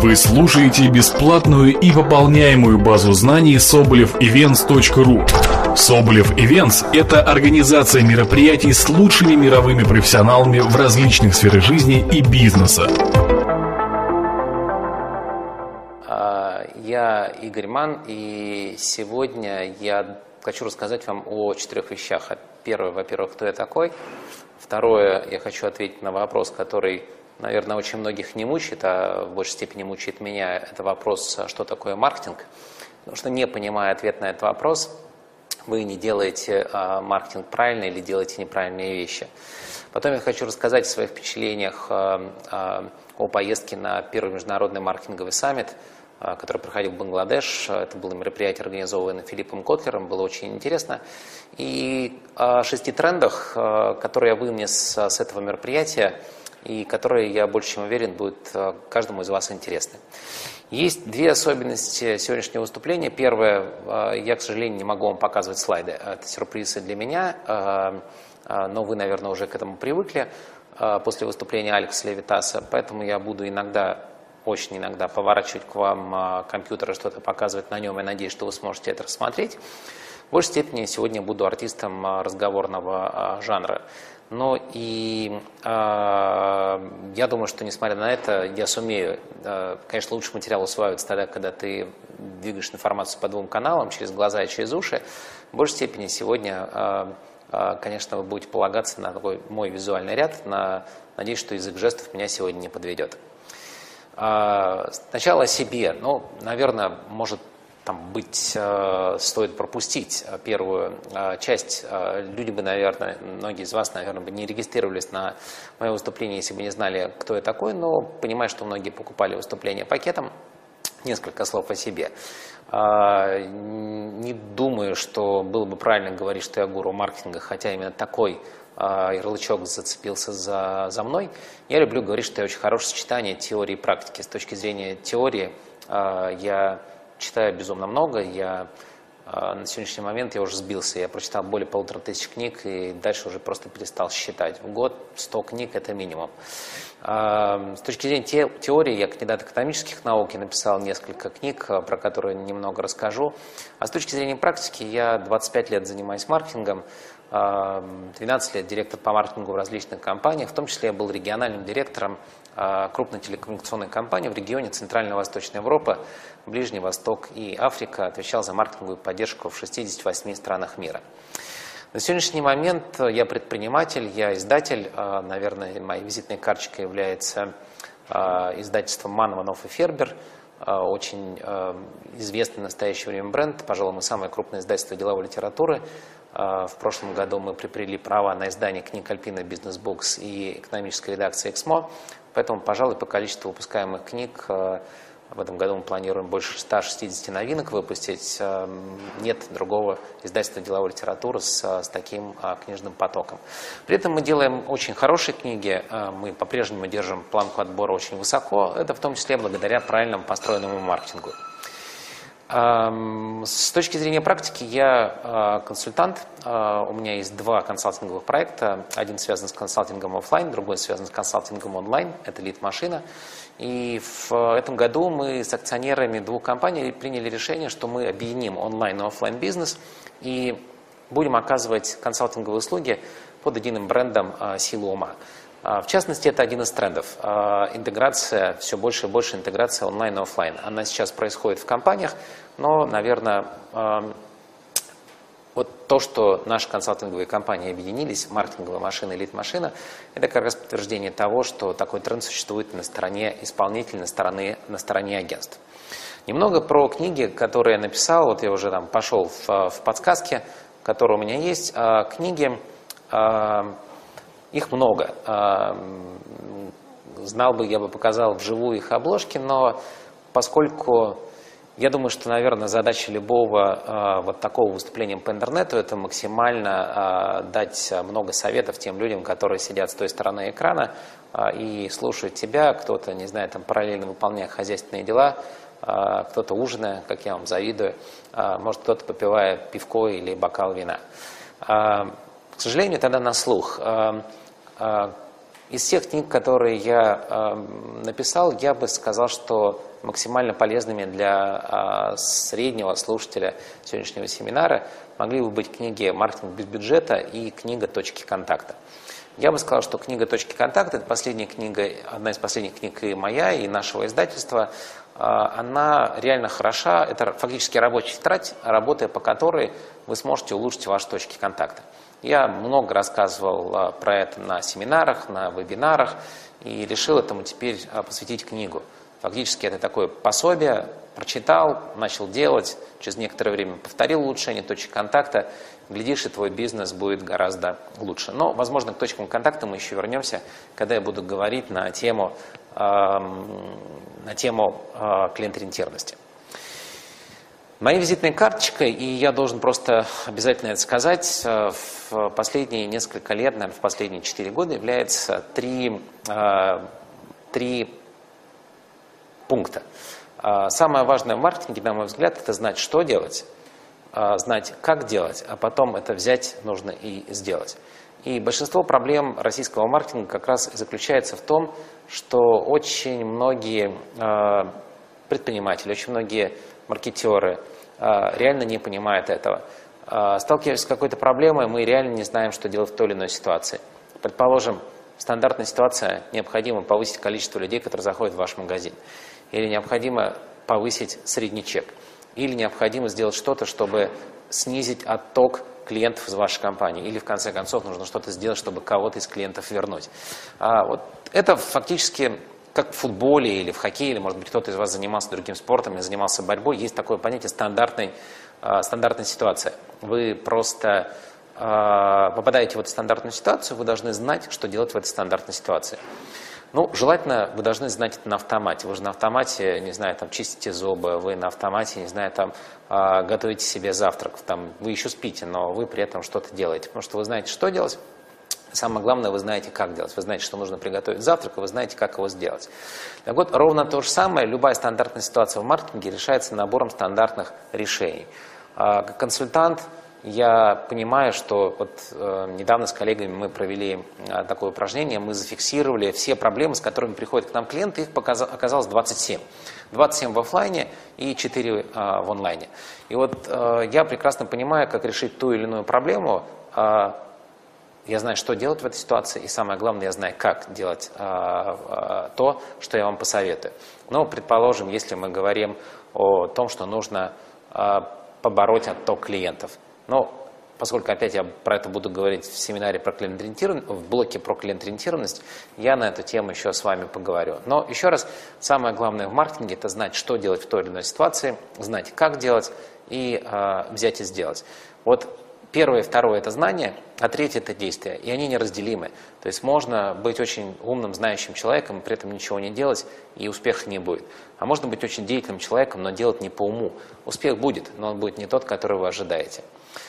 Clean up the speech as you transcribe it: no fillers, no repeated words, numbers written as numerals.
Вы слушаете бесплатную и пополняемую базу знаний SobolevEvents.ru. Соболев Events – это организация мероприятий с лучшими мировыми профессионалами в различных сферах жизни и бизнеса. Я Игорь Манн, и сегодня я хочу рассказать вам о 4 вещах. Первое, во-первых, кто я такой. Второе, я хочу ответить на вопрос, который, наверное, очень многих не мучает, а в большей степени мучает меня. Это вопрос, что такое маркетинг. Потому что, не понимая ответ на этот вопрос, вы не делаете маркетинг правильно или делаете неправильные вещи. Потом я хочу рассказать о своих впечатлениях о поездке на первый международный маркетинговый саммит, который проходил в Бангладеш. Это было мероприятие, организованное Филиппом Котлером, было очень интересно. И о 6 трендах, которые я вынес с этого мероприятия, и которые, я больше чем уверен, будут каждому из вас интересны. Есть две особенности сегодняшнего выступления. Первое, я, к сожалению, не могу вам показывать слайды. Это сюрпризы для меня, но вы, наверное, уже к этому привыкли после выступления Алекса Левитаса. Поэтому я буду иногда, очень иногда поворачивать к вам компьютер и что-то показывать на нем. Я надеюсь, что вы сможете это рассмотреть. В большей степени сегодня буду артистом разговорного жанра. Но и я думаю, что, несмотря на это, я сумею. Конечно, лучше материал усваивается тогда, когда ты двигаешь информацию по двум каналам, через глаза и через уши. В большей степени сегодня, конечно, вы будете полагаться на такой мой визуальный ряд. Надеюсь, что язык жестов меня сегодня не подведет. Сначала о себе. Ну, наверное, может быть, стоит пропустить первую часть. Люди бы, наверное, многие из вас, наверное, бы не регистрировались на мое выступление, если бы не знали, кто я такой, но понимаю, что многие покупали выступление пакетом. Несколько слов о себе. Не думаю, что было бы правильно говорить, что я гуру маркетинга, хотя именно такой ярлычок зацепился за мной. Я люблю говорить, что я очень хорошее сочетание теории и практики. С точки зрения теории я читаю безумно много. На сегодняшний момент я уже сбился. Я прочитал более 1500 книг и дальше уже просто перестал считать. В год 100 книг – это минимум. С точки зрения теории, я кандидат экономических наук, я написал несколько книг, про которые немного расскажу. А с точки зрения практики, я 25 лет занимаюсь маркетингом, 12 лет директор по маркетингу в различных компаниях, в том числе я был региональным директором крупной телекоммуникационной компании в регионе Центрально-Восточной Европы, Ближний Восток и Африка, отвечал за маркетинговую поддержку в 68 странах мира. На сегодняшний момент я предприниматель, я издатель. Наверное, моей визитной карточкой является издательство «Манн, Иванов и Фербер». Очень известный в настоящее время бренд, пожалуй, мы самое крупное издательство деловой литературы. В прошлом году мы приобрели права на издание книг Alpina Business Books и экономической редакции Exmo. Поэтому, пожалуй, по количеству выпускаемых книг в этом году мы планируем больше 160 новинок выпустить. Нет другого издательства деловой литературы с таким книжным потоком. При этом мы делаем очень хорошие книги. Мы по-прежнему держим планку отбора очень высоко. Это в том числе благодаря правильному построенному маркетингу. С точки зрения практики я консультант. У меня есть 2 консалтинговых проекта. Один связан с консалтингом офлайн, другой связан с консалтингом онлайн. Это лид-машина. И в этом году мы с акционерами 2 компаний приняли решение, что мы объединим онлайн и офлайн бизнес и будем оказывать консалтинговые услуги под единым брендом «Сила ума». В частности, это один из трендов. Интеграция, все больше и больше интеграция онлайн и офлайн. Она сейчас происходит в компаниях, но, наверное, вот то, что наши консалтинговые компании объединились, маркетинговая машина и лид-машина, это как раз подтверждение того, что такой тренд существует на стороне исполнителей, на стороне агентств. Немного про книги, которые я написал. Вот я уже там пошел в подсказки, которые у меня есть. Книги... Их много. Знал бы, я бы показал вживую их обложки, но поскольку я думаю, что, наверное, задача любого вот такого выступления по интернету – это максимально дать много советов тем людям, которые сидят с той стороны экрана и слушают тебя. Кто-то, не знаю, там параллельно выполняя хозяйственные дела, кто-то ужиная, как я вам завидую, может, кто-то попивая пивко или бокал вина. К сожалению, тогда на слух. Из всех книг, которые я написал, я бы сказал, что максимально полезными для среднего слушателя сегодняшнего семинара могли бы быть книги «Маркетинг без бюджета» и книга «Точки контакта». Я бы сказал, что книга «Точки контакта» — это последняя книга, одна из последних книг и моя, и нашего издательства. Она реально хороша, это фактически рабочая тетрадь, работая по которой вы сможете улучшить ваши точки контакта. Я много рассказывал про это на семинарах, на вебинарах и решил этому теперь посвятить книгу. Фактически это такое пособие, прочитал, начал делать, через некоторое время повторил улучшение точек контакта, глядишь, и твой бизнес будет гораздо лучше. Но, возможно, к точкам контакта мы еще вернемся, когда я буду говорить на тему клиент-ориентированности. Моей визитной карточкой, и я должен просто обязательно это сказать, в последние несколько лет, наверное, в последние 4 года является три пункта. Самое важное в маркетинге, на мой взгляд, это знать, что делать, знать, как делать, а потом это взять нужно и сделать. И большинство проблем российского маркетинга как раз заключается в том, что очень многие предприниматели, очень многие маркетеры реально не понимают этого. Сталкиваясь с какой-то проблемой, мы реально не знаем, что делать в той или иной ситуации. Предположим, стандартная ситуация, необходимо повысить количество людей, которые заходят в ваш магазин. Или необходимо повысить средний чек. Или необходимо сделать что-то, чтобы снизить отток клиентов из вашей компании. Или, в конце концов, нужно что-то сделать, чтобы кого-то из клиентов вернуть. Вот это фактически как в футболе или в хоккее, или, может быть, кто-то из вас занимался другим спортом или занимался борьбой, есть такое понятие стандартная ситуация. Вы просто попадаете в эту стандартную ситуацию, вы должны знать, что делать в этой стандартной ситуации. Ну, желательно, вы должны знать это на автомате. Вы же на автомате, не знаю, там, чистите зубы, вы на автомате, не знаю, там, готовите себе завтрак, там, вы еще спите, но вы при этом что-то делаете, потому что вы знаете, что делать. Самое главное, вы знаете, как делать. Вы знаете, что нужно приготовить завтрак, и вы знаете, как его сделать. Так вот, ровно то же самое, любая стандартная ситуация в маркетинге решается набором стандартных решений. Как консультант я понимаю, что вот недавно с коллегами мы провели такое упражнение, мы зафиксировали все проблемы, с которыми приходят к нам клиенты, их оказалось 27. 27 в офлайне и 4 в онлайне. И вот я прекрасно понимаю, как решить ту или иную проблему. Я знаю, что делать в этой ситуации, и самое главное, я знаю, как делать то, что я вам посоветую. Ну, предположим, если мы говорим о том, что нужно побороть отток клиентов. Но поскольку опять я про это буду говорить в семинаре про клиент-ориентированность, в блоке про клиент-ориентированность, я на эту тему еще с вами поговорю. Но еще раз, самое главное в маркетинге – это знать, что делать в той или иной ситуации, знать, как делать и взять и сделать. Вот первое и второе – это знание, а третье – это действие. И они неразделимы. То есть можно быть очень умным, знающим человеком, и при этом ничего не делать, и успеха не будет. А можно быть очень деятельным человеком, но делать не по уму. Успех будет, но он будет не тот, который вы ожидаете.